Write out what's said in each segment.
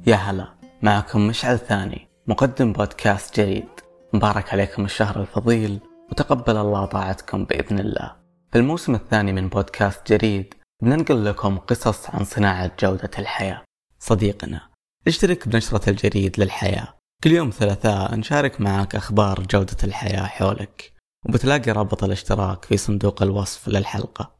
يا هلا، معكم مشعل ثاني مقدم بودكاست جريد. مبارك عليكم الشهر الفضيل وتقبل الله طاعتكم بإذن الله. في الموسم الثاني من بودكاست جريد بننقل لكم قصص عن صناعة جودة الحياة. صديقنا، اشترك بنشرة الجريد للحياة. كل يوم ثلاثاء نشارك معك أخبار جودة الحياة حولك، وبتلاقي رابط الاشتراك في صندوق الوصف للحلقة.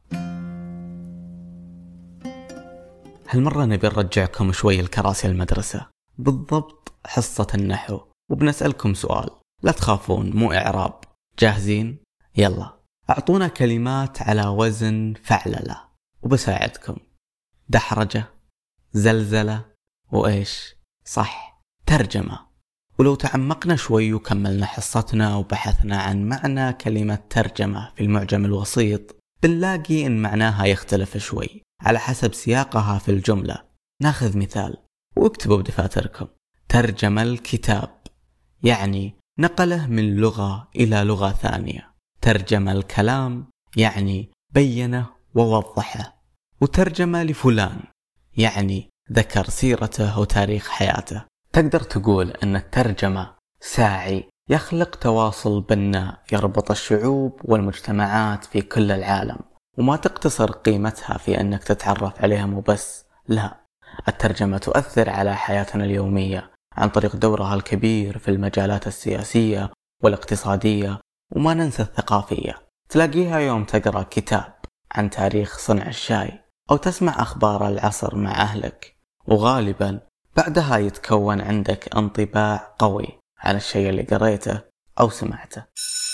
هالمرة نبي نرجعكم شوي الكراسي المدرسة، بالضبط حصة النحو، وبنسألكم سؤال. لا تخافون، مو إعراب. جاهزين؟ يلا أعطونا كلمات على وزن فعللة وبساعدكم. دحرجة، زلزلة، وإيش؟ صح، ترجمة. ولو تعمقنا شوي وكملنا حصتنا وبحثنا عن معنى كلمة ترجمة في المعجم الوسيط، بنلاقي إن معناها يختلف شوي على حسب سياقها في الجملة. ناخذ مثال واكتبوا بدفاتركم. ترجم الكتاب يعني نقله من لغة إلى لغة ثانية. ترجم الكلام يعني بينه ووضحه. وترجم لفلان يعني ذكر سيرته وتاريخ حياته. تقدر تقول أن الترجمة ساعي يخلق تواصل بناء يربط الشعوب والمجتمعات في كل العالم، وما تقتصر قيمتها في أنك تتعرف عليهم وبس. لا، الترجمة تؤثر على حياتنا اليومية عن طريق دورها الكبير في المجالات السياسية والاقتصادية، وما ننسى الثقافية. تلاقيها يوم تقرأ كتاب عن تاريخ صنع الشاي أو تسمع أخبار العصر مع أهلك، وغالبا بعدها يتكون عندك انطباع قوي عن الشيء اللي قريته أو سمعته.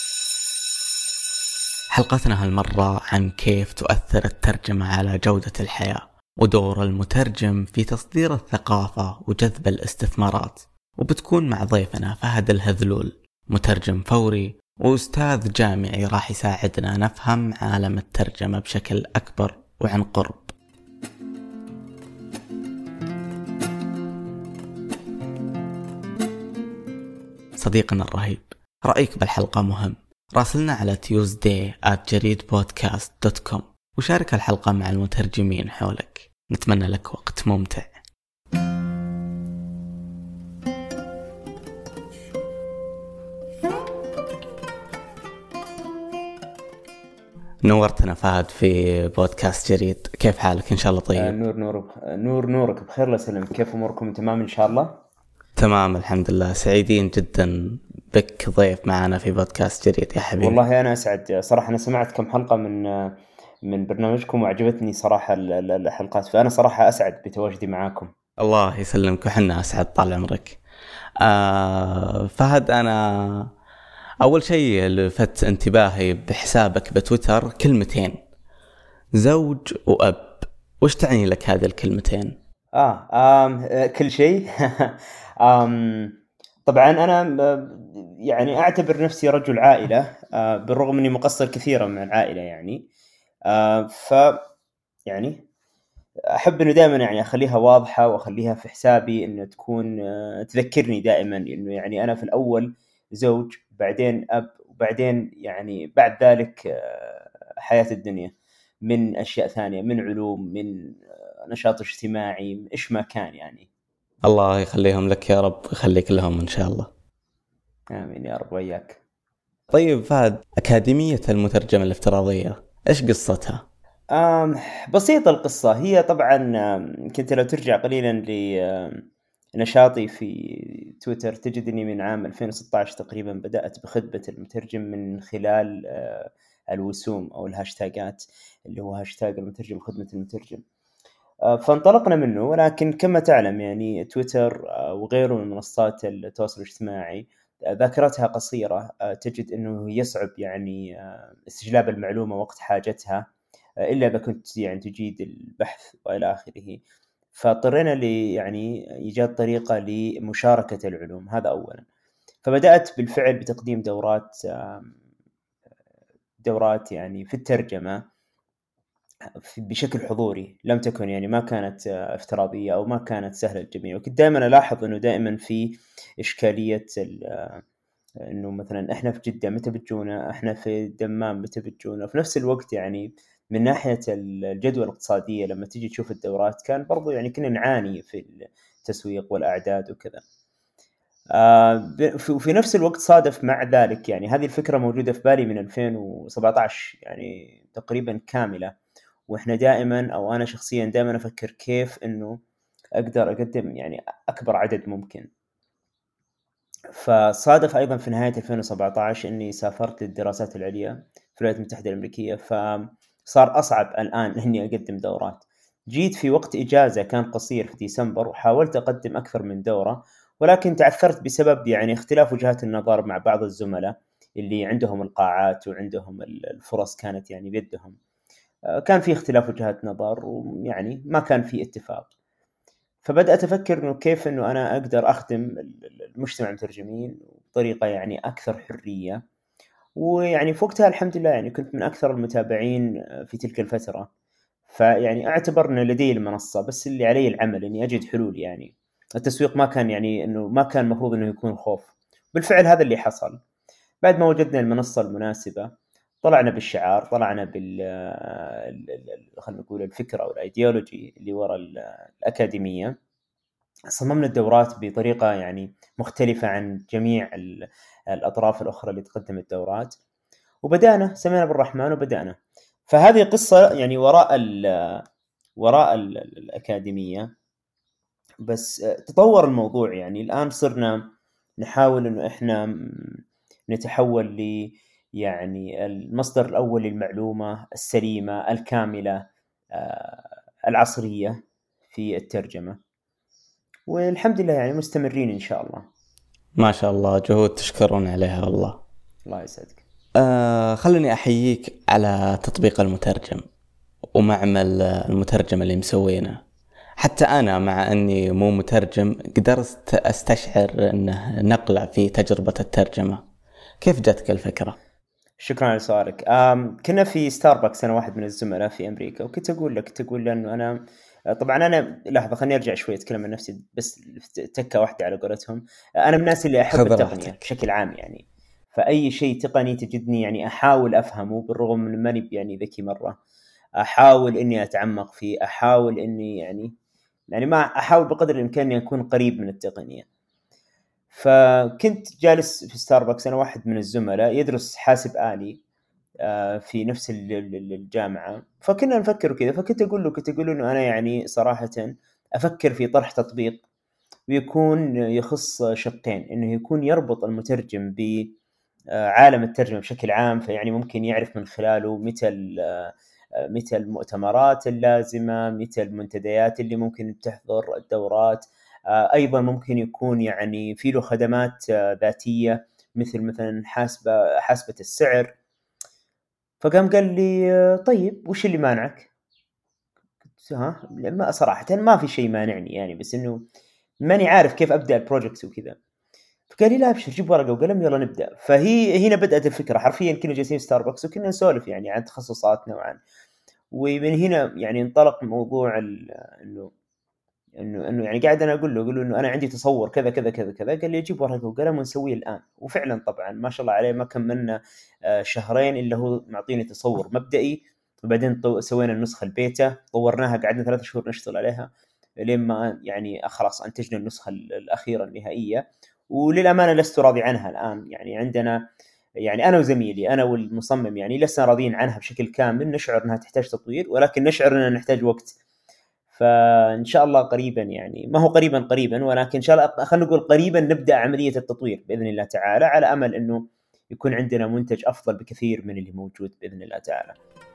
حلقتنا هالمرة عن كيف تؤثر الترجمة على جودة الحياة، ودور المترجم في تصدير الثقافة وجذب الاستثمارات. وبتكون مع ضيفنا فهد الهذلول، مترجم فوري وأستاذ جامعي راح يساعدنا نفهم عالم الترجمة بشكل أكبر وعن قرب. صديقنا الرهيب، رأيك بالحلقة مهم. راسلنا على tuesday@jareedpodcast.com وشارك الحلقة مع المترجمين حولك. نتمنى لك وقت ممتع. نورتنا فهد في بودكاست جريد. كيف حالك؟ إن شاء الله طيب. نورك بخير. الله يسلمك. كيف اموركم؟ تمام ان شاء الله. تمام الحمد لله، سعيدين جدا بك ضيف معنا في بودكاست جريد يا حبيبي. والله انا اسعد صراحه. انا سمعت كم حلقه من برنامجكم وعجبتني صراحه الحلقات، فانا صراحه اسعد بتواجدي معاكم. الله يسلمك، وحنا أسعد طال عمرك. فهد، أنا أول شيء لفت انتباهي بحسابك بتويتر كلمتين: زوج وأب. وش تعني لك هذه الكلمتين؟ كل شيء. آم طبعا انا يعني اعتبر نفسي رجل عائله، بالرغم اني مقصر كثيرا مع العائله يعني. ف يعني احب انه دائما يعني اخليها واضحه واخليها في حسابي، انه تكون تذكرني دائما انه يعني انا في الاول زوج، بعدين اب، وبعدين يعني بعد ذلك حياه الدنيا من اشياء ثانيه، من علوم، من نشاط اجتماعي، ايش ما كان يعني. الله يخليهم لك يا رب، ويخليك لهم إن شاء الله. امين يا رب وياك. طيب فهد، أكاديمية المترجمة الافتراضية إيش قصتها؟ آم بسيطة القصة. هي طبعا كنت لو ترجع قليلا لنشاطي في تويتر تجد أني من عام 2016 تقريبا بدأت بخدمة المترجم من خلال الوسوم أو الهاشتاجات، اللي هو هاشتاج المترجم خدمة المترجم. فانطلقنا منه، ولكن كما تعلم يعني تويتر وغيره من منصات التواصل الاجتماعي ذاكرتها قصيرة. تجد أنه يصعب يعني استجلاب المعلومة وقت حاجتها، إلا إذا كنت يعني تجيد البحث وإلى آخره. فاضطرينا يعني إيجاد طريقة لمشاركة العلوم، هذا أولا. فبدأت بالفعل بتقديم دورات يعني في الترجمة بشكل حضوري. لم تكن يعني ما كانت افتراضية أو ما كانت سهلة للجميع. وكنت دائما ألاحظ أنه دائما في إشكالية انه مثلا احنا في جدة متى بتجونا، احنا في الدمام متى بتجونا. في نفس الوقت يعني من ناحية الجدوى الاقتصادية لما تيجي تشوف الدورات كان برضو يعني كنا نعاني في التسويق والأعداد وكذا. في نفس الوقت صادف مع ذلك يعني هذه الفكرة موجودة في بالي من 2017 يعني تقريبا كاملة، وإحنا دائما أو أنا شخصيا دائما أفكر كيف إنه أقدر أقدم يعني أكبر عدد ممكن. فصادف أيضا في نهاية 2017 إني سافرت للدراسات العليا في الولايات المتحدة الأمريكية، فصار أصعب الآن إني أقدم دورات. جيت في وقت إجازة كان قصير في ديسمبر وحاولت أقدم أكثر من دورة، ولكن تعثرت بسبب يعني اختلاف وجهات النظر مع بعض الزملاء اللي عندهم القاعات وعندهم الفرص كانت يعني بيدهم. كان في اختلاف وجهات نظر ويعني ما كان في اتفاق. فبدأت أفكر إنه كيف إنه أنا أقدر أخدم المجتمع المترجمين بطريقة يعني أكثر حرية. ويعني في وقتها الحمد لله يعني كنت من أكثر المتابعين في تلك الفترة، فيعني أعتبر أن لدي المنصة، بس اللي علي العمل إني أجد حلول. يعني التسويق ما كان يعني إنه ما كان المفروض إنه يكون خوف. بالفعل هذا اللي حصل. بعد ما وجدنا المنصة المناسبة طلعنا بالشعار، طلعنا خلينا نقول الفكرة أو الأيديولوجي اللي وراء الأكاديمية. صممنا الدورات بطريقة يعني مختلفة عن جميع الأطراف الأخرى اللي تقدم الدورات، وبدأنا سمينا بالرحمن وبدأنا. فهذه قصة يعني وراء الأكاديمية. بس تطور الموضوع، يعني الآن صرنا نحاول إنه إحنا نتحول يعني المصدر الأول للمعلومة السليمة الكاملة العصرية في الترجمة، والحمد لله يعني مستمرين إن شاء الله. ما شاء الله، جهود تشكرون عليها والله. الله يسعدك. خلني أحييك على تطبيق المترجم ومعمل المترجم اللي مسوينه. حتى أنا مع أني مو مترجم قدرت أستشعر أنه نقلة في تجربة الترجمة. كيف جاتك الفكرة؟ شكرا على سؤالك. كنا في ستاربكس أنا واحد من الزملاء في أمريكا، وكنت أقول له أنه أنا طبعا أنا لحظة خليني أرجع شوي أتكلم عن نفسي بس تكة واحدة على قولتهم. أنا من الناس اللي أحب التقنية بشكل عام يعني، فأي شيء تقني تجدني يعني أحاول أفهمه، بالرغم من ماني يعني ذكي مرة. أحاول إني أتعمق فيه، أحاول إني يعني ما أحاول بقدر الإمكان إني أكون قريب من التقنية. فكنت جالس في ستاربكس أنا واحد من الزملاء يدرس حاسب آلي في نفس الجامعة، فكنا نفكر كذا. فكنت أقول له إنه أنا يعني صراحة أفكر في طرح تطبيق ويكون يخص شقين، إنه يكون يربط المترجم بعالم الترجمة بشكل عام، فيعني ممكن يعرف من خلاله متى المؤتمرات اللازمة، متى المنتديات اللي ممكن تحضر الدورات. أيضا ممكن يكون يعني في له خدمات ذاتية مثلا حاسبة السعر. فقام قال لي طيب وش اللي مانعك؟ ما صراحة ما في شيء مانعني يعني، بس إنه ماني عارف كيف أبدأ البروجكت وكذا. فقال لي لا أبشر، جيب ورقة وقلم يلا نبدأ. فهي هنا بدأت الفكرة حرفيا. كنا جالسين ستاربكس وكنا نسولف يعني عن تخصصاتنا ومن هنا يعني انطلق موضوع انه يعني قاعد انا اقول له انه انا عندي تصور كذا كذا كذا كذا. قال لي جيب ورقه وقلم ونسويه الان. وفعلا طبعا ما شاء الله عليه ما كملنا شهرين الا هو معطيني تصور مبدئي، وبعدين سوينا النسخه البيتا، طورناها قعدنا 3 شهور نشتغل عليها لين ما يعني خلاص انتجنا النسخه الاخيره النهائيه. وللامانه لست راضي عنها الان. يعني عندنا يعني انا وزميلي انا والمصمم يعني لسنا راضيين عنها بشكل كامل، نشعر انها تحتاج تطوير ولكن نشعر اننا نحتاج وقت. فان شاء الله قريبا، يعني ما هو قريبا ولكن ان شاء الله خلينا نقول قريبا نبدا عمليه التطوير باذن الله تعالى، على امل انه يكون عندنا منتج افضل بكثير من اللي موجود باذن الله تعالى.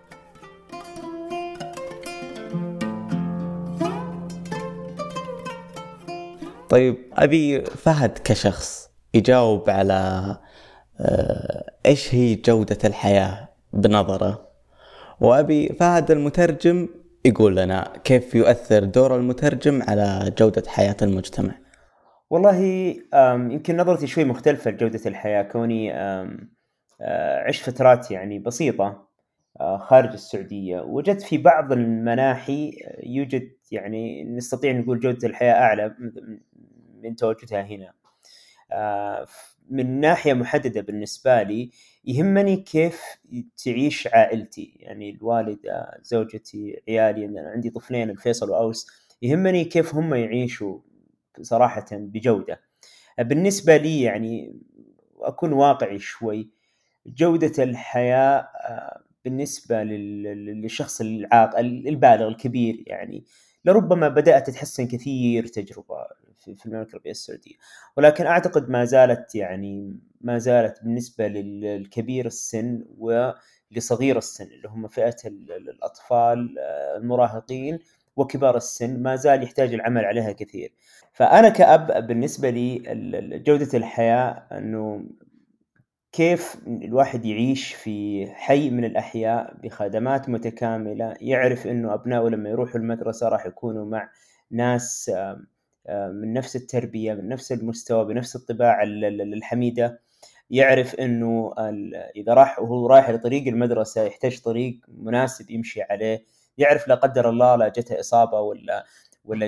طيب أبي فهد كشخص يجاوب على إيش هي جودة الحياة بنظره، وأبي فهد المترجم يقول لنا كيف يؤثر دور المترجم على جودة حياة المجتمع. والله يمكن نظرتي شوي مختلفة لجودة الحياة، كوني عشت فترات يعني بسيطة خارج السعودية، وجدت في بعض المناحي يوجد يعني نستطيع نقول جودة الحياة أعلى من تواجدها هنا. من ناحية محددة بالنسبة لي يهمني كيف تعيش عائلتي، يعني الوالدة، زوجتي، عيالي. أنا عندي طفلين الفيصل وأوس، يهمني كيف هم يعيشوا صراحة بجودة. بالنسبة لي يعني أكون واقعي شوي، جودة الحياة بالنسبة للشخص العاقل البالغ الكبير يعني لربما بدأت تتحسن كثير تجربة في المملكة العربية السعودية، ولكن أعتقد ما زالت بالنسبة للكبير السن ولصغير السن اللي هم فئة الأطفال المراهقين وكبار السن، ما زال يحتاج العمل عليها كثير. فأنا كأب بالنسبة لي جودة الحياة أنه كيف الواحد يعيش في حي من الأحياء بخدمات متكاملة، يعرف أنه أبنائه لما يروحوا المدرسة راح يكونوا مع ناس من نفس التربية، من نفس المستوى، بنفس الطباع الحميدة. يعرف أنه إذا وهو رايح لطريق المدرسة يحتاج طريق مناسب يمشي عليه. يعرف لا قدر الله لا جته إصابة ولا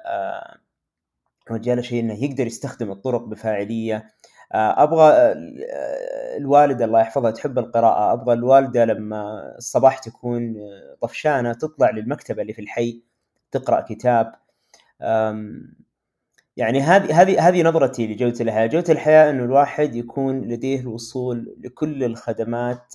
جاله شيء انه يقدر يستخدم الطرق بفاعلية. ابغى الوالده الله يحفظها تحب القراءه، ابغى الوالده لما الصباح تكون طفشانه تطلع للمكتبه اللي في الحي تقرا كتاب. يعني هذه نظرتي لجوده الحياه. جوده الحياه انه الواحد يكون لديه الوصول لكل الخدمات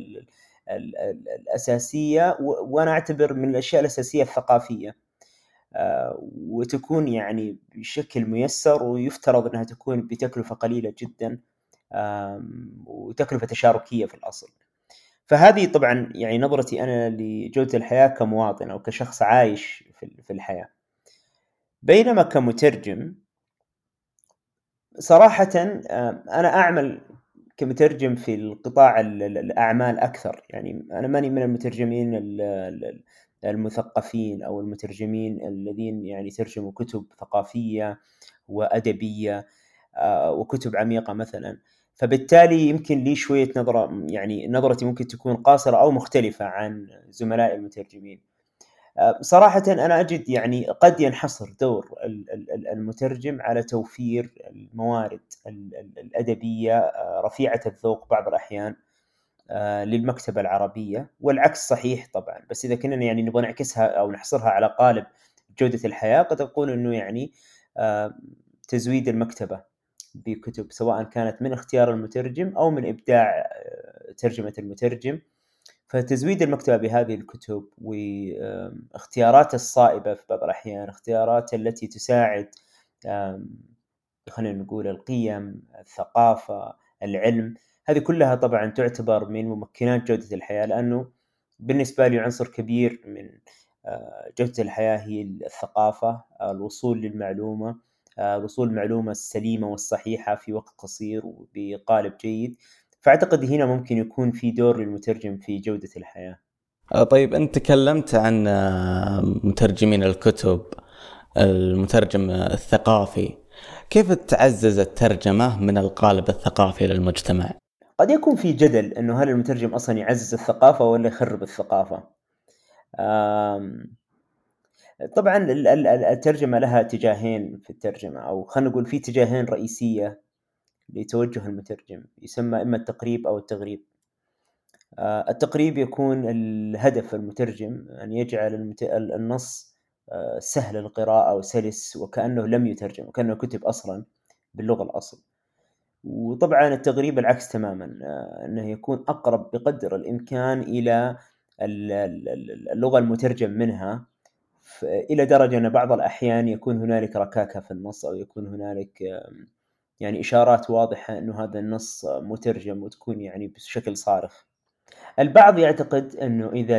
الاساسيه، وانا اعتبر من الاشياء الاساسيه الثقافيه، وتكون يعني بشكل ميسر، ويفترض أنها تكون بتكلفة قليلة جدا وتكلفة تشاركية في الأصل. فهذه طبعا يعني نظرتي أنا لجودة الحياة كمواطن أو كشخص عايش في الحياة. بينما كمترجم صراحة أنا أعمل كمترجم في القطاع الأعمال أكثر. يعني أنا ماني من المترجمين المثقفين أو المترجمين الذين يعني ترجموا كتب ثقافية وأدبية وكتب عميقة مثلا. فبالتالي يمكن لي شوية نظرة، يعني نظرتي ممكن تكون قاصرة أو مختلفة عن زملائي المترجمين. صراحة أنا أجد يعني قد ينحصر دور المترجم على توفير الموارد الأدبية رفيعة الذوق بعض الأحيان للمكتبة العربية، والعكس صحيح طبعا. بس إذا كنا يعني نبغى نعكسها أو نحصرها على قالب جودة الحياة، قد أقول أنه يعني تزويد المكتبة بكتب، سواء كانت من اختيار المترجم أو من إبداع ترجمة المترجم. فتزويد المكتبة بهذه الكتب واختيارات الصائبة في بعض الأحيان، اختيارات التي تساعد خلينا نقول القيم، الثقافة، العلم، هذه كلها طبعا تعتبر من ممكنات جودة الحياة. لأنه بالنسبة لي عنصر كبير من جودة الحياة هي الثقافة، الوصول للمعلومة، الوصول للمعلومة السليمة والصحيحة في وقت قصير وبقالب جيد. فأعتقد هنا ممكن يكون في دور للمترجم في جودة الحياة. طيب أنت تكلمت عن مترجمين الكتب، المترجم الثقافي، كيف تعزز الترجمة من القالب الثقافي للمجتمع؟ قد يكون في جدل أنه هل المترجم أصلا يعزز الثقافة ولا يخرب الثقافة. طبعا الترجمة لها اتجاهين في الترجمة، أو خلينا نقول في اتجاهين رئيسية لتوجه المترجم، يسمى إما التقريب أو التغريب. التقريب يكون الهدف المترجم أن يجعل النص سهل القراءة وسلس وكأنه لم يترجم وكأنه كتب أصلا باللغة الأصل. وطبعا التغريب العكس تماما، أنه يكون أقرب بقدر الإمكان إلى اللغة المترجم منها، إلى درجة أن بعض الأحيان يكون هنالك ركاكة في النص، أو يكون هنالك يعني إشارات واضحة أنه هذا النص مترجم وتكون يعني بشكل صارخ. البعض يعتقد أنه إذا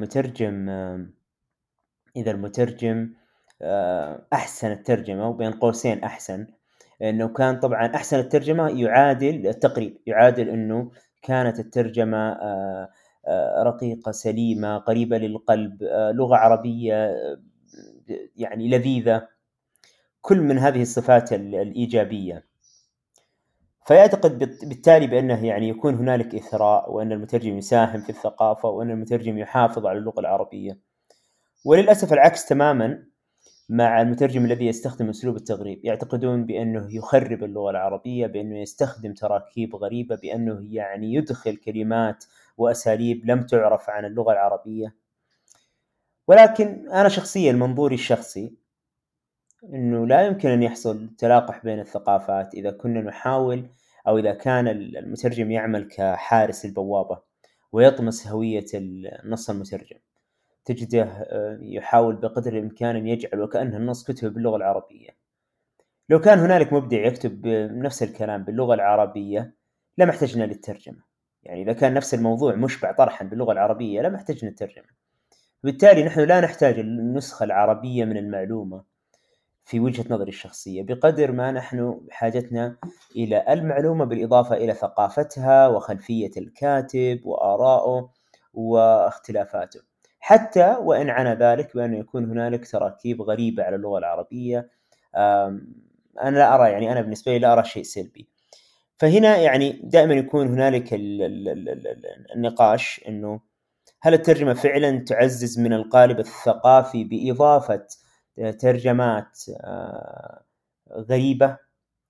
المترجم أحسن الترجمة، وبين قوسين أحسن، أنه كان طبعا أحسن الترجمة يعادل التقريب، يعادل أنه كانت الترجمة رقيقة سليمة قريبة للقلب، لغة عربية يعني لذيذة، كل من هذه الصفات الإيجابية. فيعتقد بالتالي بأنه يعني يكون هنالك إثراء، وأن المترجم يساهم في الثقافة، وأن المترجم يحافظ على اللغة العربية. وللأسف العكس تماما، مع المترجم الذي يستخدم أسلوب التغريب. يعتقدون بأنه يخرب اللغة العربية، بأنه يستخدم تراكيب غريبة، بأنه يعني يدخل كلمات وأساليب لم تعرف عن اللغة العربية. ولكن أنا شخصيا منظوري الشخصي أنه لا يمكن أن يحصل تلاقح بين الثقافات إذا كنا نحاول، أو إذا كان المترجم يعمل كحارس البوابة ويطمس هوية النص المترجم. تجده يحاول بقدر الإمكان أن يجعل وكأنه النص كتب باللغة العربية. لو كان هنالك مبدع يكتب نفس الكلام باللغة العربية لما احتجنا للترجمة. يعني إذا كان نفس الموضوع مشبع طرحا باللغة العربية لما احتجنا الترجمة. بالتالي نحن لا نحتاج النسخة العربية من المعلومة في وجهة نظري الشخصية، بقدر ما نحن حاجتنا إلى المعلومة بالإضافة إلى ثقافتها وخلفية الكاتب وآراءه واختلافاته، حتى وإن عنا ذلك بأن يكون هنالك تراكيب غريبة على اللغة العربية. أنا لا أرى، يعني أنا بالنسبة لي لا أرى شيء سلبي. فهنا يعني دائما يكون هنالك النقاش أنه هل الترجمة فعلا تعزز من القالب الثقافي بإضافة ترجمات غريبة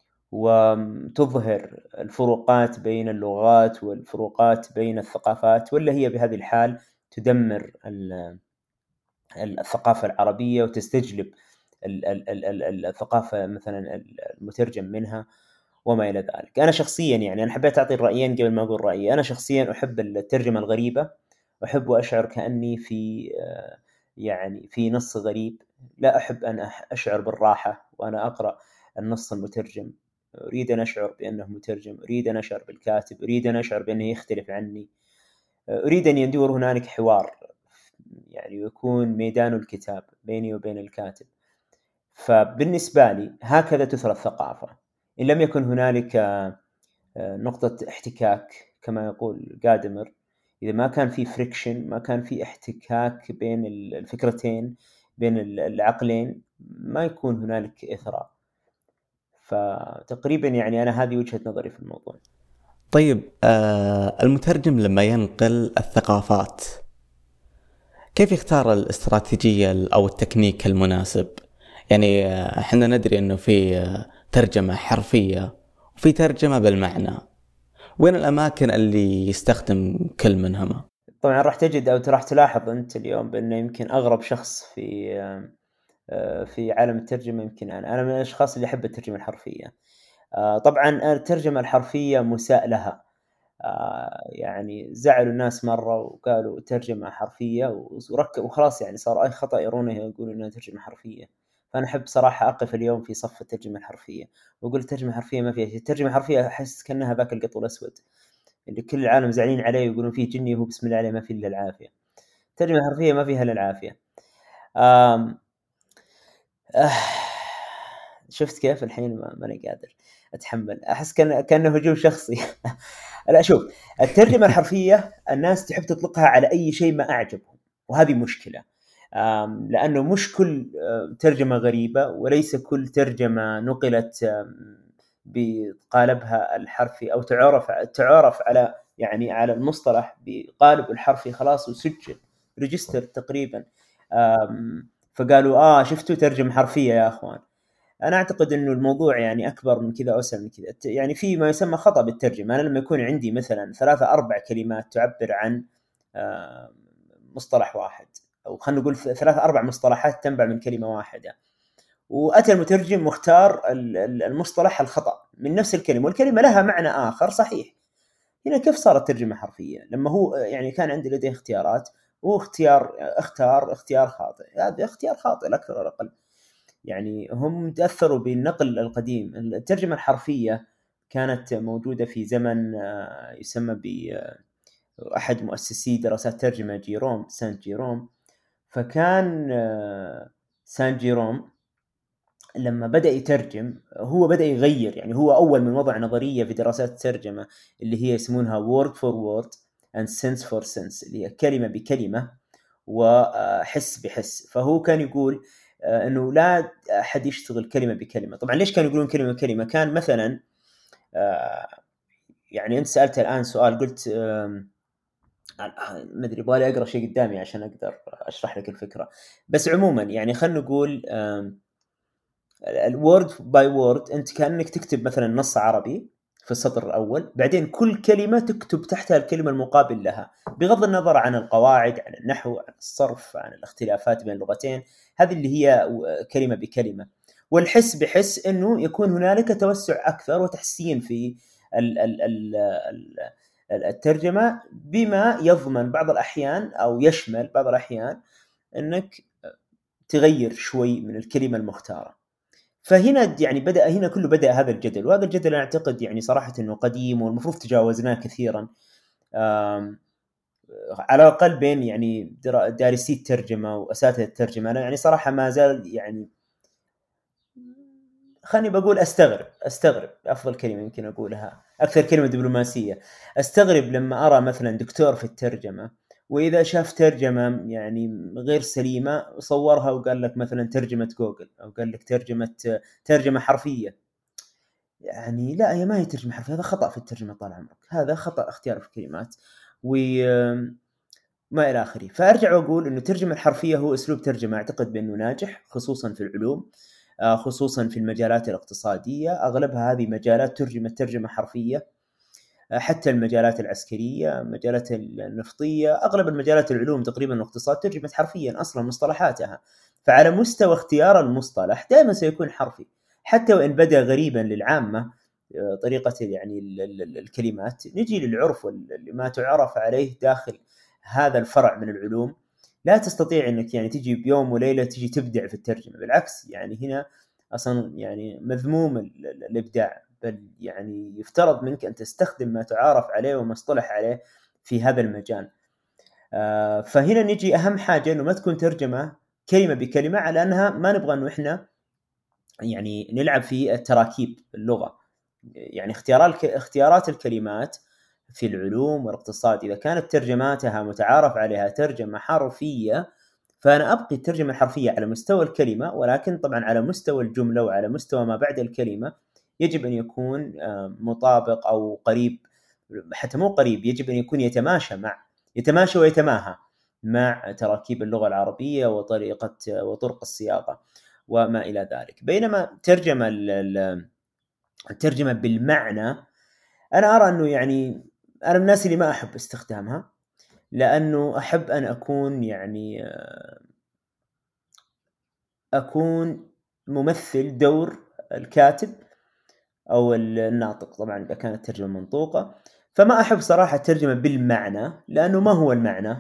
وتظهر الفروقات بين اللغات والفروقات بين الثقافات، ولا هي بهذه الحال تدمر الثقافة العربية وتستجلب الثقافة مثلا المترجم منها وما إلى ذلك. أنا شخصيا يعني أنا حبيت أعطي الرأيين قبل ما أقول رأيي. أنا شخصيا أحب الترجمة الغريبة، أحب وأشعر كأني في يعني في نص غريب. لا أحب أن أشعر بالراحة وأنا أقرأ النص المترجم. أريد أن أشعر بأنه مترجم، أريد أن أشعر بالكاتب، أريد أن أشعر بأنه يختلف عني، أريد أن يدور هنالك حوار يعني يكون ميدان الكتاب بيني وبين الكاتب. فبالنسبة لي هكذا تثرى الثقافة. إن لم يكن هنالك نقطة احتكاك كما يقول غادمر، إذا ما كان في فريكشن، ما كان في احتكاك بين الفكرتين بين العقلين، ما يكون هنالك إثراء. فتقريبا يعني أنا هذه وجهة نظري في الموضوع. طيب المترجم لما ينقل الثقافات كيف يختار الاستراتيجية أو التكنيك المناسب؟ يعني احنا ندري أنه في ترجمة حرفية وفي ترجمة بالمعنى، وين الأماكن اللي يستخدم كل منهما؟ طبعا راح تجد أو راح تلاحظ أنت اليوم بأنه يمكن أغرب شخص في عالم الترجمة يمكن أنا من الأشخاص اللي أحب الترجمة الحرفية. طبعا الترجمة الحرفية مساء لها. يعني زعلوا الناس مرة وقالوا ترجمة حرفية وخلاص، يعني صار أي خطأ يرونه يقولوا إنها ترجمة حرفية. فأنا أحب صراحة أقف اليوم في صف الترجمة الحرفية وأقول الترجمة الحرفية ما فيها شيء. الترجمة الحرفية أحس كأنها ذاك القط الأسود اللي كل العالم زعلين عليه ويقولون فيه جني وهو بسم الله عليه ما فيه إلا العافية. الترجمة الحرفية ما فيها إلا العافية. شفت كيف الحين ماني قادر أتحمل، أحس كأنه هجوم شخصي. لا شوف، الترجمة الحرفية الناس تحب تطلقها على أي شيء ما أعجبهم، وهذه مشكلة. لأنه مش كل ترجمة غريبة، وليس كل ترجمة نقلت بقالبها الحرفي أو تعرف على يعني على المصطلح بقالب الحرفي خلاص وسجل ريجستر تقريبا. فقالوا شفتوا ترجمة حرفية يا أخوان. أنا أعتقد إنه الموضوع يعني أكبر من كذا، أوسع من كذا. يعني في ما يسمى خطأ بالترجمة. أنا لما يكون عندي مثلا 3-4 كلمات تعبر عن مصطلح واحد، أو خلنا نقول 3-4 مصطلحات تنبع من كلمة واحدة، وأتى المترجم مختار المصطلح الخطأ من نفس الكلمة، والكلمة لها معنى آخر صحيح. هنا كيف صارت ترجمة حرفية لما هو يعني كان عندي لديه اختيارات اختيار خاطئ؟ هذا اختيار خاطئ أكثر ولا أقل. يعني هم تأثروا بالنقل القديم. الترجمة الحرفية كانت موجودة في زمن يسمى بأحد مؤسسي دراسات ترجمة سانت جيروم. فكان سانت جيروم لما بدأ يترجم هو بدأ يغير، يعني هو أول من وضع نظرية في دراسات الترجمة اللي هي يسمونها word for word and sense for sense، اللي هي كلمة بكلمة وحس بحس. فهو كان يقول أنه لا أحد يشتغل كلمة بكلمة. طبعا ليش كانوا يقولون كلمة بكلمة؟ كان مثلا يعني أنت سألت الآن سؤال، قلت ما ادري، يبغالي اقرا شيء قدامي عشان اقدر اشرح لك الفكره. بس عموما يعني خلينا نقول الوورد باي وورد، انت كانك تكتب مثلا نص عربي في السطر الاول، بعدين كل كلمه تكتب تحتها الكلمه المقابل لها، بغض النظر عن القواعد، عن النحو، عن الصرف، عن الاختلافات بين اللغتين. هذه اللي هي كلمه بكلمه. والحس بحس انه يكون هنالك توسع اكثر وتحسين في الترجمه، بما يضمن بعض الاحيان او يشمل بعض الاحيان انك تغير شوي من الكلمه المختاره. فهنا يعني هنا كله بدأ هذا الجدل، وهذا الجدل أنا أعتقد يعني صراحة أنه قديم والمفروض تجاوزناه كثيرا، على الأقل بين يعني دارسي الترجمة وأساتذة الترجمة. أنا يعني صراحة ما زال يعني خلني بقول أستغرب أفضل كلمة يمكن أقولها، أكثر كلمة دبلوماسية. أستغرب لما أرى مثلا دكتور في الترجمة وإذا شاف ترجمة يعني غير سليمة صورها وقال لك مثلا ترجمة جوجل، أو قال لك ترجمة حرفية. يعني لا، هي ما هي ترجمة حرفية، هذا خطأ في الترجمة طال عمرك، هذا خطأ اختيار في الكلمات وما إلى آخره. فأرجع وأقول إنه الترجمة الحرفية هو أسلوب ترجمة أعتقد بأنه ناجح، خصوصا في العلوم، خصوصا في المجالات الاقتصادية. أغلبها هذه مجالات ترجمة حرفية، حتى المجالات العسكرية، مجالات النفطية، أغلب المجالات العلوم تقريبا الاقتصاد ترجمت حرفيا أصلا مصطلحاتها. فعلى مستوى اختيار المصطلح دائما سيكون حرفي، حتى وإن بدأ غريبا للعامة طريقة يعني الكلمات. نجي للعرف وما تعرف عليه داخل هذا الفرع من العلوم. لا تستطيع أنك يعني تجي بيوم وليلة تجي تبدع في الترجمة، بالعكس يعني هنا أصلا يعني مذموم الإبداع، بل يعني يفترض منك أن تستخدم ما تعارف عليه وما اصطلح عليه في هذا المجال. فهنا نجي أهم حاجة أنه ما تكون ترجمة كلمة بكلمة، على أنها ما نبغى أنه إحنا يعني نلعب في التراكيب اللغة. يعني اختيارات الكلمات في العلوم والاقتصاد إذا كانت ترجماتها متعارف عليها ترجمة حرفية، فأنا أبقي الترجمة الحرفية على مستوى الكلمة، ولكن طبعا على مستوى الجملة وعلى مستوى ما بعد الكلمة يجب أن يكون مطابق أو قريب، حتى مو قريب، يجب أن يكون يتماشى ويتماهى مع تراكيب اللغة العربية وطرق الصياغة وما إلى ذلك. بينما الترجمة بالمعنى، أنا أرى أنه يعني أنا من الناس اللي ما أحب استخدامها، لأنه أحب أن أكون يعني أكون ممثل دور الكاتب أو الناطق، طبعا إذا كانت ترجمة منطوقة. فما أحب صراحة الترجمة بالمعنى، لأنه ما هو المعنى،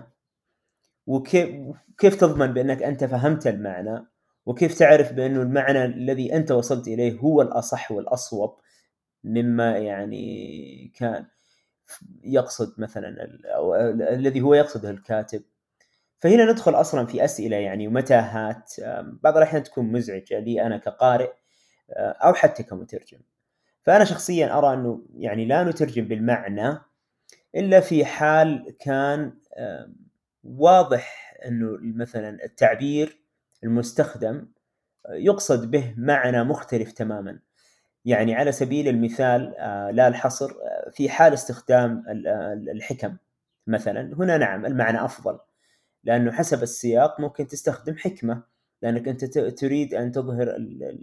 وكيف تضمن بأنك أنت فهمت المعنى، وكيف تعرف بأنه المعنى الذي أنت وصلت إليه هو الأصح والأصوب مما يعني كان يقصد مثلا أو الذي هو يقصده الكاتب. فهنا ندخل أصلا في أسئلة يعني ومتاهات بعض الأحيان تكون مزعجة لي أنا كقارئ أو حتى كمترجم. فأنا شخصيا أرى أنه يعني لا نترجم بالمعنى إلا في حال كان واضح أنه مثلا التعبير المستخدم يقصد به معنى مختلف تماما. يعني على سبيل المثال لا الحصر، في حال استخدام الحكم مثلا، هنا نعم المعنى أفضل، لأنه حسب السياق ممكن تستخدم حكمة لأنك أنت تريد أن تظهر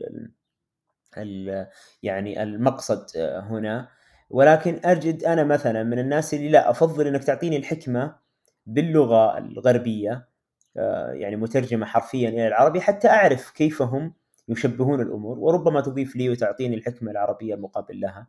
يعني المقصد هنا. ولكن أجد أنا مثلا من الناس اللي لا أفضل أنك تعطيني الحكمة باللغة الغربية، يعني مترجمة حرفيا إلى العربي، حتى أعرف كيف هم يشبهون الأمور، وربما تضيف لي وتعطيني الحكمة العربية المقابل لها.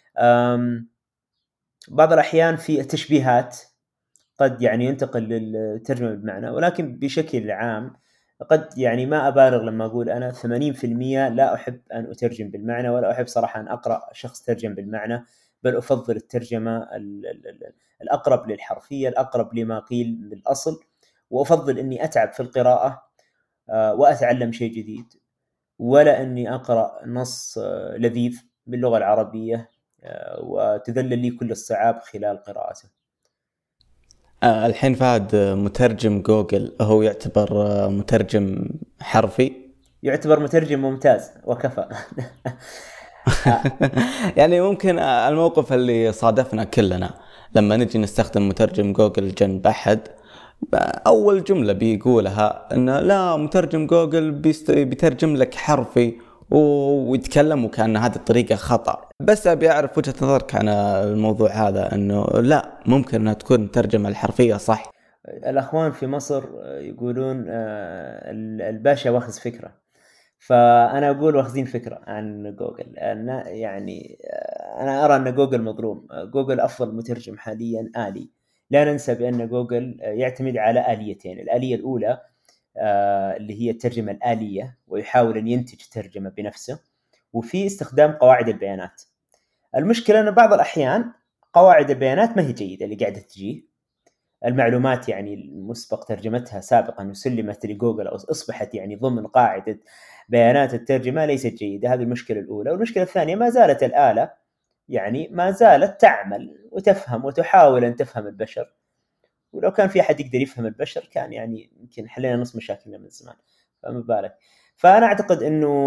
بعض الأحيان في التشبيهات قد يعني ينتقل للترجمة بالمعنى، ولكن بشكل عام قد يعني ما أبالغ لما أقول أنا 80% لا أحب أن أترجم بالمعنى، ولا أحب صراحة أن أقرأ شخص ترجم بالمعنى، بل أفضل الترجمة الأقرب للحرفية، الأقرب لما قيل بالأصل. وأفضل أني أتعب في القراءة وأتعلم شيء جديد، ولا أني أقرأ نص لذيذ باللغة العربية وتذلل لي كل الصعاب خلال قراءته. الحين فهد مترجم جوجل هو يعتبر مترجم حرفي؟ يعتبر مترجم ممتاز وكفى. يعني ممكن الموقف اللي صادفنا كلنا لما نجي نستخدم مترجم جوجل جنب أحد، أول جملة بيقولها إنه لا، مترجم جوجل بيترجم لك حرفي ويتكلم وكأن هذه الطريقة خطأ. بس أبي أعرف وجهة نظرك عن الموضوع هذا، إنه لا، ممكن أنها تكون ترجمة الحرفية صح. الأخوان في مصر يقولون الباشا واخذ فكرة، فأنا أقول واخذين فكرة عن جوجل. يعني أنا أرى أن جوجل مظلوم. جوجل أفضل مترجم حاليا آلي. لا ننسى بأن جوجل يعتمد على آليتين. الآلية الأولى اللي هي الترجمة الآلية، ويحاول أن ينتج ترجمة بنفسه، وفي استخدام قواعد البيانات. المشكلة أن بعض الأحيان قواعد البيانات ما هي جيدة اللي قاعدة تجيه. المعلومات يعني المسبق ترجمتها سابقا وسلمت لجوجل أو أصبحت يعني ضمن قاعدة بيانات الترجمة ليست جيدة. هذه المشكلة الأولى. والمشكلة الثانية، ما زالت الآلة يعني ما زالت تعمل وتفهم وتحاول أن تفهم البشر، ولو كان في أحد يقدر يفهم البشر كان يعني يمكن حلينا نص مشاكلنا من زمان. فما بالك. فأنا أعتقد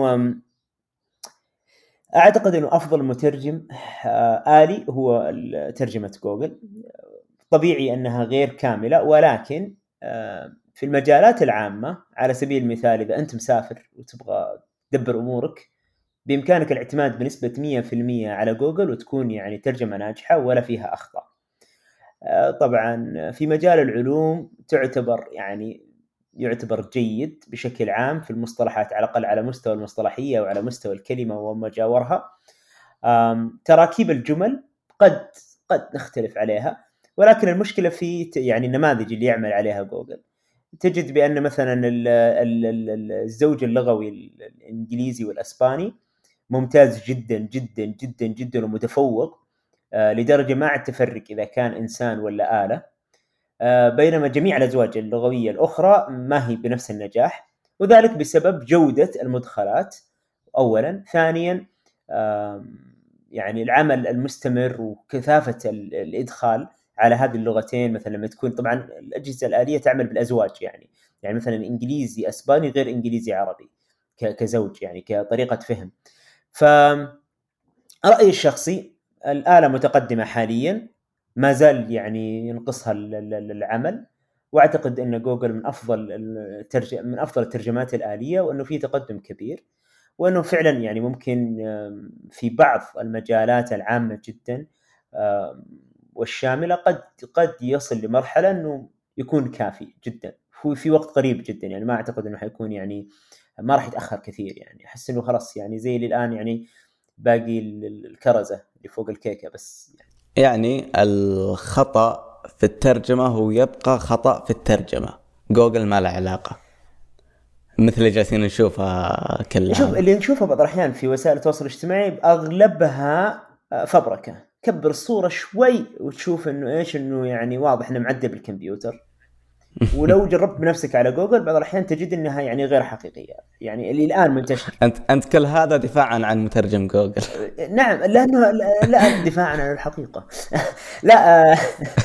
أنه أفضل مترجم آلي هو ترجمة جوجل. طبيعي أنها غير كاملة، ولكن في المجالات العامة، على سبيل المثال إذا أنت مسافر وتبغى تدبر أمورك، بإمكانك الاعتماد بنسبة 100% على جوجل وتكون يعني ترجمة ناجحة ولا فيها أخطاء. طبعا في مجال العلوم يعتبر جيد بشكل عام في المصطلحات، على الأقل على مستوى المصطلحية وعلى مستوى الكلمة وما جاورها. تراكيب الجمل قد نختلف عليها، ولكن المشكلة في يعني النماذج اللي يعمل عليها جوجل. تجد بأن مثلا الزوج اللغوي الإنجليزي والأسباني ممتاز جدا جدا جدا جدا ومتفوق لدرجة ما عاد تفرق إذا كان إنسان ولا آلة. بينما جميع الأزواج اللغوية الأخرى ما هي بنفس النجاح، وذلك بسبب جودة المدخلات أولا. ثانيا يعني العمل المستمر وكثافة الإدخال على هذه اللغتين. مثلا لما تكون طبعا الأجهزة الآلية تعمل بالأزواج، يعني مثلا إنجليزي أسباني غير إنجليزي عربي كزوج، يعني كطريقة فهم. فرأيي الشخصي الآلة متقدمة حاليا، ما زال يعني ينقصها العمل، واعتقد ان جوجل من افضل الترجمات الآلية، وانه في تقدم كبير، وانه فعلا يعني ممكن في بعض المجالات العامة جدا والشاملة قد يصل لمرحلة انه يكون كافي جدا في وقت قريب جدا. يعني ما اعتقد انه حيكون يعني ما راح يتأخر كثير. يعني احس انه خلاص يعني زي اللي الان يعني باقي الكرزة اللي فوق الكيكة بس. يعني الخطأ في الترجمة هو يبقى خطأ في الترجمة، جوجل ما له علاقة، مثل اللي جالسين نشوفها كلها. شوف اللي نشوفه بعض الأحيان في وسائل التواصل الاجتماعي أغلبها فبركة. كبر الصورة شوي وتشوف إنه يعني واضح إنه معدل بالكمبيوتر. ولو جربت بنفسك على جوجل بعض الأحيان تجد إنها يعني غير حقيقية، يعني اللي الآن منتشر. أنت كل هذا دفاعا عن مترجم جوجل؟ نعم، لأنه لا دفاعا عن الحقيقة. لا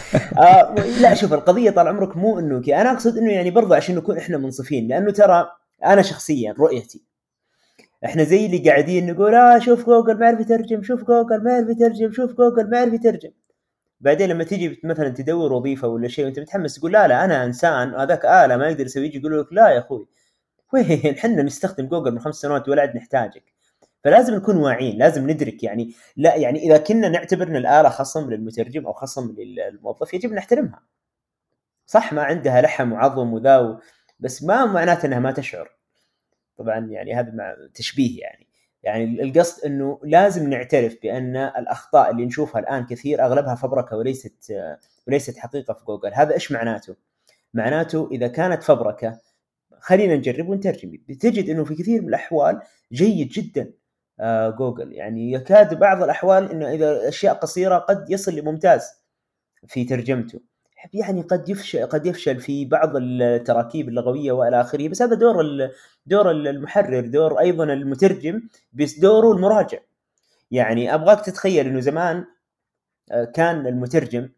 لا شوف، القضية طال عمرك مو إنه أنا أقصد إنه يعني برضه عشان نكون إحنا منصفين، لأنه ترى أنا شخصيا رؤيتي احنا زي اللي قاعدين نقول شوف جوجل ما يعرف يترجم، شوف جوجل ما يعرف يترجم، شوف جوجل ما يعرف يترجم. بعدين لما تيجي مثلا تدور وظيفة ولا شيء وانت متحمس تقول لا انا انسان وهذاك آلة ما يقدر يسوي، يجي يقول لك لا يا اخوي وين احنا نستخدم جوجل من 5 سنوات ولا عاد نحتاجك. فلازم نكون واعيين، لازم ندرك يعني لا يعني اذا كنا نعتبر ان الآلة خصم للمترجم او خصم للموظف يجب نحترمها. صح ما عندها لحم وعظم وذا، بس ما معناته انها ما تشعر. طبعا يعني هذا مع تشبيه. يعني القصد انه لازم نعترف بان الاخطاء اللي نشوفها الان كثير اغلبها فبركه وليست حقيقه في جوجل. هذا ايش معناته اذا كانت فبركه خلينا نجرب ونترجم. بتجد انه في كثير من الاحوال جيد جدا جوجل، يعني يكاد بعض الاحوال انه اذا اشياء قصيره قد يصل لممتاز في ترجمته. يعني قد يفشل في بعض التراكيب اللغويه والى اخره، بس هذا دور المحرر، دور ايضا المترجم، بس دوره المراجع. يعني ابغاك تتخيل انه زمان كان المترجم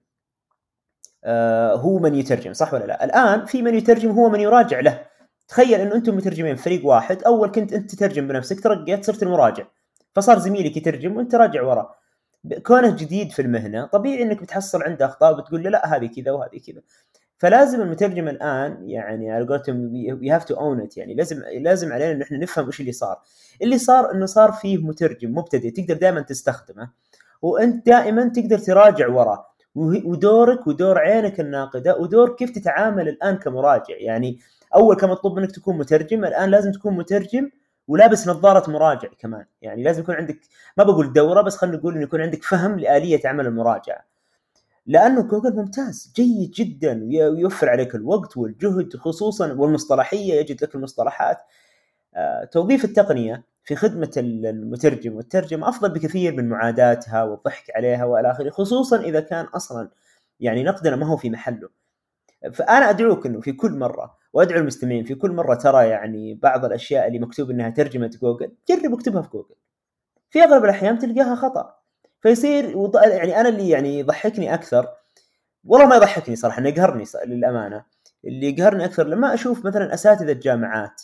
هو من يترجم، صح ولا لا؟ الان في من يترجم هو من يراجع له. تخيل انه انتم مترجمين فريق واحد، اول كنت انت تترجم بنفسك، ترقيت صرت المراجع، فصار زميلك يترجم وانت راجع وراه. كونه جديد في المهنة طبيعي انك بتحصل عنده اخطاء بتقول له لا هذه كذا وهذه كذا. فلازم المترجم الان يعني على قولتهم we have to own it، يعني لازم علينا ان احنا نفهم ايش اللي صار. اللي صار انه صار فيه مترجم مبتدئ تقدر دائما تستخدمه، وانت دائما تقدر تراجع وراه، ودورك ودور عينك الناقده ودور كيف تتعامل الان كمراجع. يعني اول كان مطلوب منك تكون مترجم، الان لازم تكون مترجم ولابس نظاره مراجع كمان. يعني لازم يكون عندك، ما بقول دوره، بس خلينا نقول انه يكون عندك فهم لآلية عمل المراجعه، لانه جوجل ممتاز جيد جدا ويوفر عليك الوقت والجهد، خصوصا والمصطلحيه يجد لك المصطلحات. توظيف التقنيه في خدمه المترجم والترجمه افضل بكثير من معاداتها والضحك عليها والى اخره، خصوصا اذا كان اصلا يعني نقدنا ما هو في محله. فانا ادعوك انه في كل مره، وادعو المستمعين في كل مره، ترى يعني بعض الاشياء اللي مكتوب انها ترجمه جوجل جرب اكتبها في جوجل، في اغلب الاحيان تلقاها خطا. فيصير يعني انا اللي يعني يضحكني اكثر، والله ما يضحكني صراحه، انه يقهرني للامانه. اللي يقهرني اكثر لما اشوف مثلا اساتذه جامعات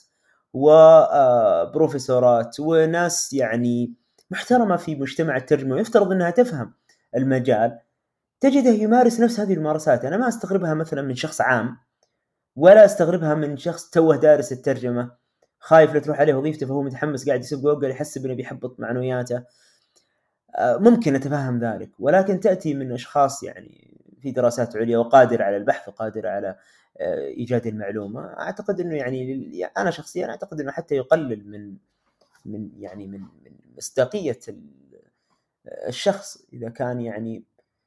وبروفيسورات وناس يعني محترمه في مجتمع الترجمه ويفترض انها تفهم المجال، تجده يمارس نفس هذه الممارسات. انا ما استغربها مثلا من شخص عام، ولا استغربها من شخص توه دارس الترجمه خايف لا تروح عليه وظيفته فهو متحمس قاعد يسوق جوجل يحسب انه بيحبط معنوياته. ممكن أتفهم ذلك، ولكن تأتي من أشخاص يعني في دراسات عليا وقادر على البحث وقادر على إيجاد المعلومة. أعتقد أنه يعني أنا شخصيا أعتقد أنه حتى يقلل من مصداقية الشخص إذا كان يعني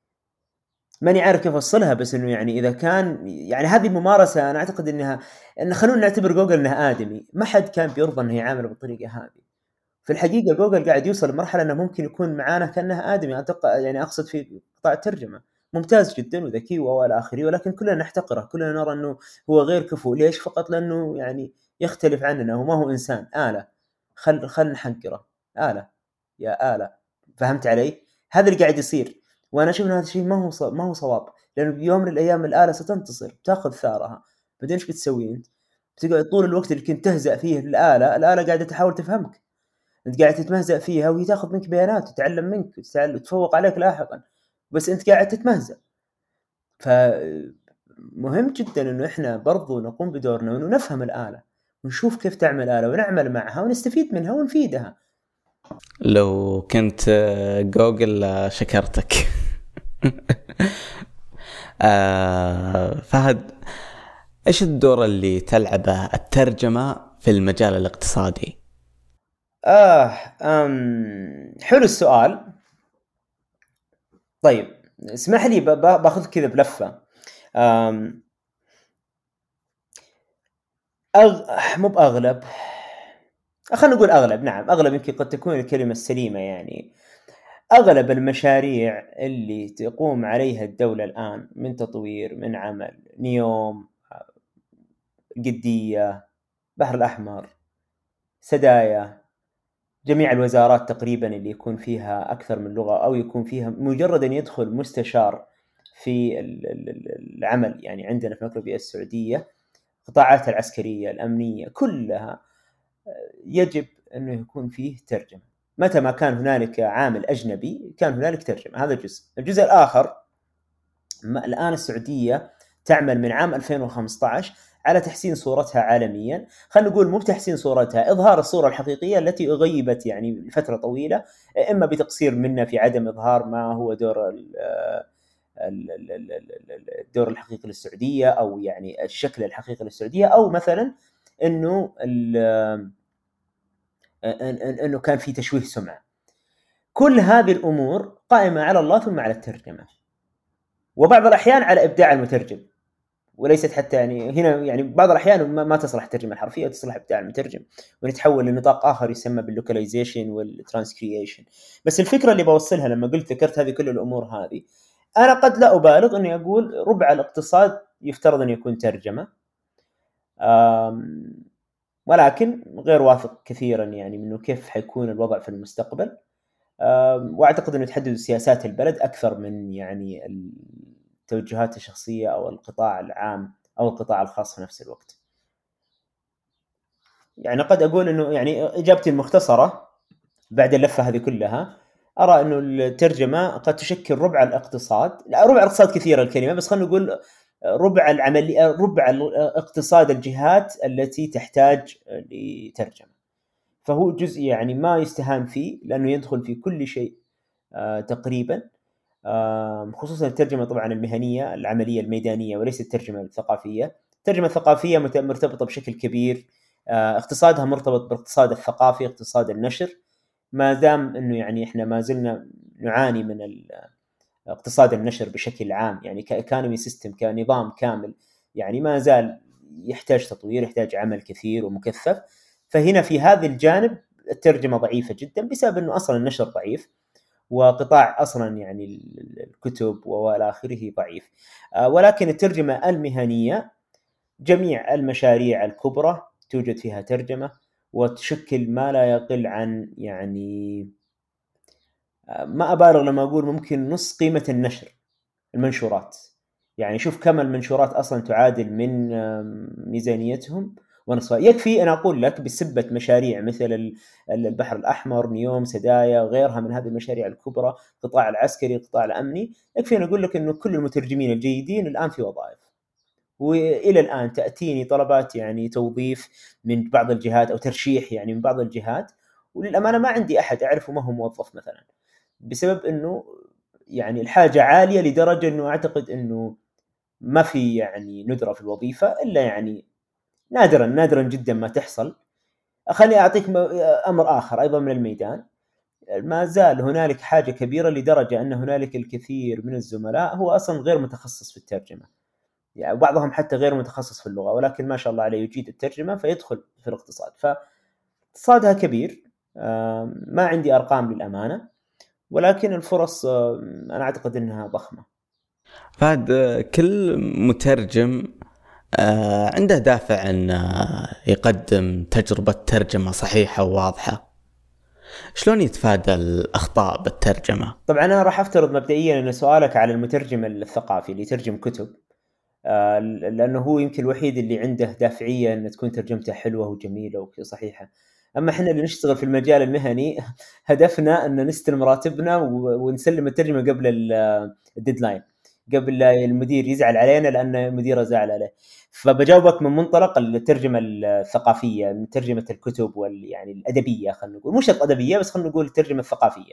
ماني عارف كيف أوصلها، بس إنه يعني إذا كان يعني هذه الممارسة أنا أعتقد إن خلونا نعتبر جوجل إنه آدمي، ما حد كان بيرضى إنه يعامله بالطريقة هذه. في الحقيقة جوجل قاعد يوصل لمرحلة أنه ممكن يكون معانا كأنه آدمي. أتوقع يعني أقصد في قطاع الترجمة ممتاز جدا وذكي وإلى آخره، ولكن كلنا نحتقره، كلنا نرى أنه هو غير كفو. ليش؟ فقط لأنه يعني يختلف عننا وما هو إنسان، آلة. خل نحقره، آلة يا آلة. فهمت علي؟ هذا اللي قاعد يصير، وأنا أشوف أن هذا الشيء ما هو صواب، لأنه بيوم من الأيام الآلة ستنتصر، تأخذ ثارها. بعدين إيش بتسوي أنت؟ بتقعد طول الوقت اللي كنت تهزأ فيه الآلة قاعدة تحاول تفهمك، انت قاعد تتمهزأ فيها وهي تاخذ منك بيانات وتتعلم منك وتتفوق عليك لاحقا، بس انت قاعد تتمهزأ. فمهم جدا انه احنا برضو نقوم بدورنا وانه نفهم الآلة ونشوف كيف تعمل الآلة ونعمل معها ونستفيد منها ونفيدها. لو كنت جوجل شكرتك. فهد، ايش الدور اللي تلعبه الترجمة في المجال الاقتصادي؟ حلو السؤال. طيب اسمح لي باخذ كذا بلفة. مو بأغلب، خلينا نقول أغلب، نعم أغلب، يمكن قد تكون الكلمة السليمة. يعني أغلب المشاريع اللي تقوم عليها الدولة الآن من تطوير، من عمل نيوم، قدية، بحر الأحمر، سدايا، جميع الوزارات تقريبا اللي يكون فيها أكثر من لغة أو يكون فيها مجرد أن يدخل مستشار في العمل. يعني عندنا في المملكة السعودية قطاعات العسكرية الأمنية كلها يجب أنه يكون فيه ترجمة. متى ما كان هنالك عامل أجنبي كان هنالك ترجمة. هذا الجزء الآخر، الآن السعودية تعمل من عام 2015 على تحسين صورتها عالميا. خلينا نقول مو بتحسين صورتها، إظهار الصورة الحقيقية التي أغيبت يعني لفترة طويلة، إما بتقصير منا في عدم إظهار ما هو الدور الحقيقي للسعودية، أو يعني الشكل الحقيقي للسعودية، أو مثلا إنه انه كان في تشويه سمعه. كل هذه الامور قائمه على الله ثم على الترجمه، وبعض الاحيان على ابداع المترجم، وليست حتى يعني هنا يعني بعض الاحيان ما تصلح الترجمه الحرفيه، تصلح ابداع المترجم ونتحول لنطاق اخر يسمى باللوكاليزيشن والترانسكريشن. بس الفكره اللي بوصلها لما قلت ذكرت هذه كل الامور هذه، انا قد لا ابالغ اني اقول ربع الاقتصاد يفترض ان يكون ترجمه، ولكن غير واثق كثيرا يعني منه كيف حيكون الوضع في المستقبل. واعتقد انه تحدد سياسات البلد اكثر من يعني التوجهات الشخصيه او القطاع العام او القطاع الخاص في نفس الوقت. يعني قد اقول انه يعني اجابتي المختصره بعد اللفه هذه كلها، أرى أنه الترجمة قد تشكل ربع الاقتصاد، لا ربع الاقتصاد كثيرة الكلمة، بس خلينا نقول ربع العملية، ربع اقتصاد الجهات التي تحتاج لترجمة. فهو جزء يعني ما يستهان فيه، لأنه يدخل في كل شيء تقريبا، خصوصا الترجمة طبعا المهنية العملية الميدانية، وليس الترجمة الثقافية. الترجمة الثقافية مرتبطة بشكل كبير، اقتصادها مرتبط بالاقتصاد الثقافي، اقتصاد النشر، ما دام انه يعني احنا ما زلنا نعاني من اقتصاد النشر بشكل عام، يعني كايكونومي سيستم كنظام كامل، يعني ما زال يحتاج تطوير، يحتاج عمل كثير ومكثف. فهنا في هذا الجانب الترجمة ضعيفة جدا، بسبب انه اصلا النشر ضعيف، وقطاع اصلا يعني الكتب والى اخره ضعيف. ولكن الترجمة المهنية جميع المشاريع الكبرى توجد فيها ترجمة، وتشكل ما لا يقل عن يعني ما أبالغ لما أقول ممكن نص قيمة النشر، المنشورات. يعني شوف كم المنشورات أصلا تعادل من ميزانيتهم ونصفها. يكفي أنا أقول لك بسبة مشاريع مثل البحر الأحمر، نيوم، سدايا وغيرها من هذه المشاريع الكبرى، القطاع العسكري، القطاع الأمني، يكفي أنا أقول لك أنه كل المترجمين الجيدين الآن في وظائف. وإلى الآن تأتيني طلبات يعني توظيف من بعض الجهات أو ترشيح يعني من بعض الجهات، وللأمانة ما عندي أحد أعرفه ما هو موظف مثلا، بسبب أنه يعني الحاجة عالية لدرجة أنه أعتقد أنه ما في يعني ندرة في الوظيفة، إلا يعني نادرا نادرا جدا ما تحصل. خليني أعطيك أمر آخر أيضا من الميدان. ما زال هنالك حاجة كبيرة لدرجة أن هنالك الكثير من الزملاء هو أصلا غير متخصص في الترجمة، يعني بعضهم حتى غير متخصص في اللغة، ولكن ما شاء الله عليه يجيد الترجمة فيدخل في الاقتصاد. فاقتصادها كبير، ما عندي أرقام للأمانة، ولكن الفرص أنا أعتقد أنها ضخمة. فهد، كل مترجم عنده دافع أن يقدم تجربة ترجمة صحيحة وواضحة. شلون يتفادى الأخطاء بالترجمة؟ طبعا أنا راح أفترض مبدئيا أن سؤالك على المترجم الثقافي اللي يترجم كتب، لأنه هو يمكن الوحيد اللي عنده دافعية أن تكون ترجمته حلوة وجميلة وصحيحة. أما إحنا اللي نشتغل في المجال المهني هدفنا أن نستلم راتبنا ونسلم الترجمة قبل الديدلاين، قبل لا المدير يزعل علينا لأن المدير زعل عليه. فبجاوبك من منطلق الترجمة الثقافية، من ترجمة الكتب يعني الأدبية، خلينا نقول مش الأدبية بس، خلينا نقول الترجمة الثقافية.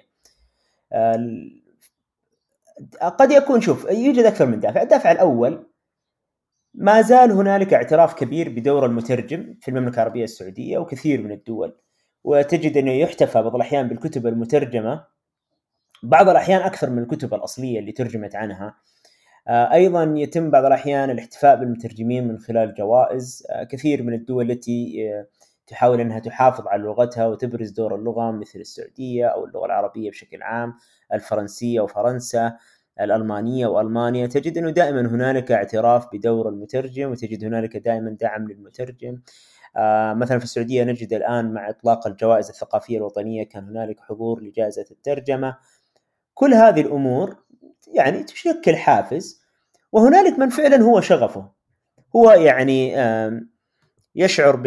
قد يكون شوف يوجد أكثر من دافع. الدافع الأول، ما زال هنالك اعتراف كبير بدور المترجم في المملكة العربية السعودية وكثير من الدول، وتجد أنه يحتفى بعض الأحيان بالكتب المترجمة، بعض الأحيان أكثر من الكتب الأصلية اللي ترجمت عنها. أيضا يتم بعض الأحيان الاحتفاء بالمترجمين من خلال جوائز. كثير من الدول التي تحاول أنها تحافظ على لغتها وتبرز دور اللغة، مثل السعودية أو اللغة العربية بشكل عام، الفرنسية وفرنسا، الألمانية وألمانيا، تجد أنه دائما هنالك اعتراف بدور المترجم، وتجد هنالك دائما دعم للمترجم. مثلا في السعودية نجد الآن مع إطلاق الجوائز الثقافية الوطنية كان هنالك حضور لجائزة الترجمة. كل هذه الأمور يعني تشكل حافز. وهنالك من فعلا هو شغفه، هو يعني يشعر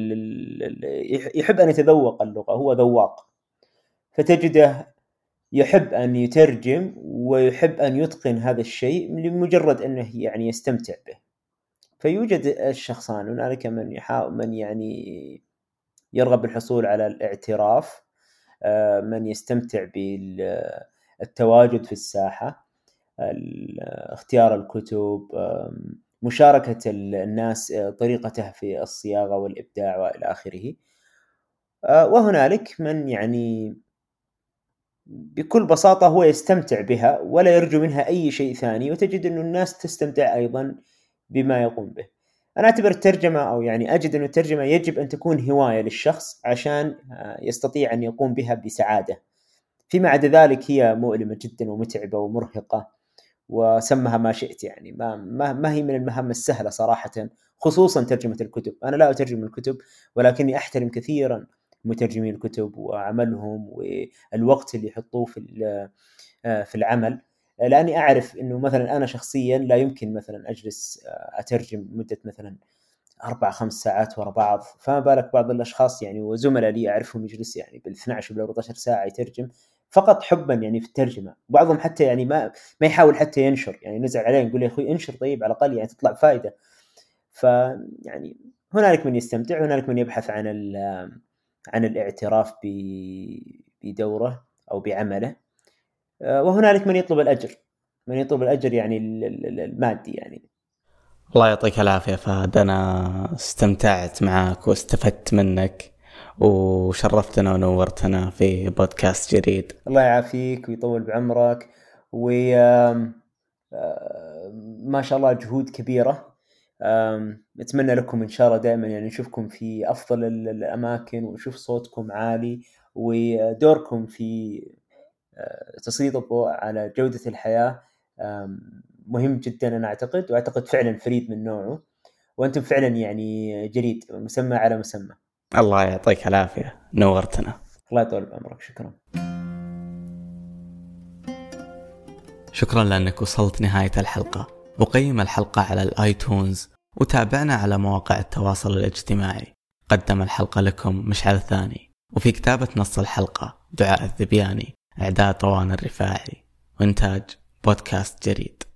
يحب أن يتذوق اللغة، هو ذواق، فتجده يحب أن يترجم ويحب أن يتقن هذا الشيء لمجرد أنه يعني يستمتع به. فيوجد الشخصان، هنالك من يعني يرغب بالحصول على الاعتراف، من يستمتع بالتواجد في الساحة، اختيار الكتب، مشاركة الناس، طريقته في الصياغة والإبداع وإلى آخره. وهنالك من يعني بكل بساطة هو يستمتع بها ولا يرجو منها أي شيء ثاني، وتجد أن الناس تستمتع أيضا بما يقوم به. أنا أعتبر الترجمة، أو يعني أجد أن الترجمة يجب أن تكون هواية للشخص عشان يستطيع أن يقوم بها بسعادة. فيما عدا ذلك هي مؤلمة جدا ومتعبة ومرهقة، وسمها ما شئت، يعني ما هي من المهام السهلة صراحة، خصوصا ترجمة الكتب. أنا لا أترجم الكتب، ولكني أحترم كثيرا مترجمين الكتب وعملهم والوقت اللي يحطوه في العمل، لأني أعرف أنه مثلا أنا شخصيا لا يمكن مثلا أجلس أترجم مدة مثلا 4-5 ساعات وراء بعض، فما بالك بعض الأشخاص يعني وزملاء لي أعرفهم يجلس يعني بال12 وبال14 ساعة يترجم. فقط حبا يعني في الترجمة. بعضهم حتى يعني ما يحاول حتى ينشر، يعني نزعل عليه نقول يا أخوي انشر طيب على الأقل يعني تطلع فائدة. فيعني هنالك من يستمتع، هنالك من يبحث عن الاعتراف بدوره أو بعمله، وهنالك من يطلب الأجر يعني المادي يعني. الله يعطيك العافية فهد، أنا استمتعت معك واستفدت منك وشرفتنا ونورتنا في بودكاست جريد. الله يعافيك ويطول بعمرك، وما شاء الله جهود كبيرة. أتمنى لكم إن شاء الله دائما يعني نشوفكم في أفضل الأماكن، ونشوف صوتكم عالي، ودوركم في تسليط الضوء على جودة الحياة مهم جدا أنا أعتقد، وأعتقد فعلا فريد من نوعه، وأنتم فعلا يعني جريد، مسمى على مسمى. الله يعطيك العافية، نورتنا. الله يطول بعمرك. شكرا لأنك وصلت نهاية الحلقة. وقيم الحلقة على الآيتونز، وتابعنا على مواقع التواصل الاجتماعي. قدم الحلقة لكم مشعل ثاني، وفي كتابة نص الحلقة دعاء الذبياني، إعداد روان الرفاعي، وإنتاج بودكاست جريد.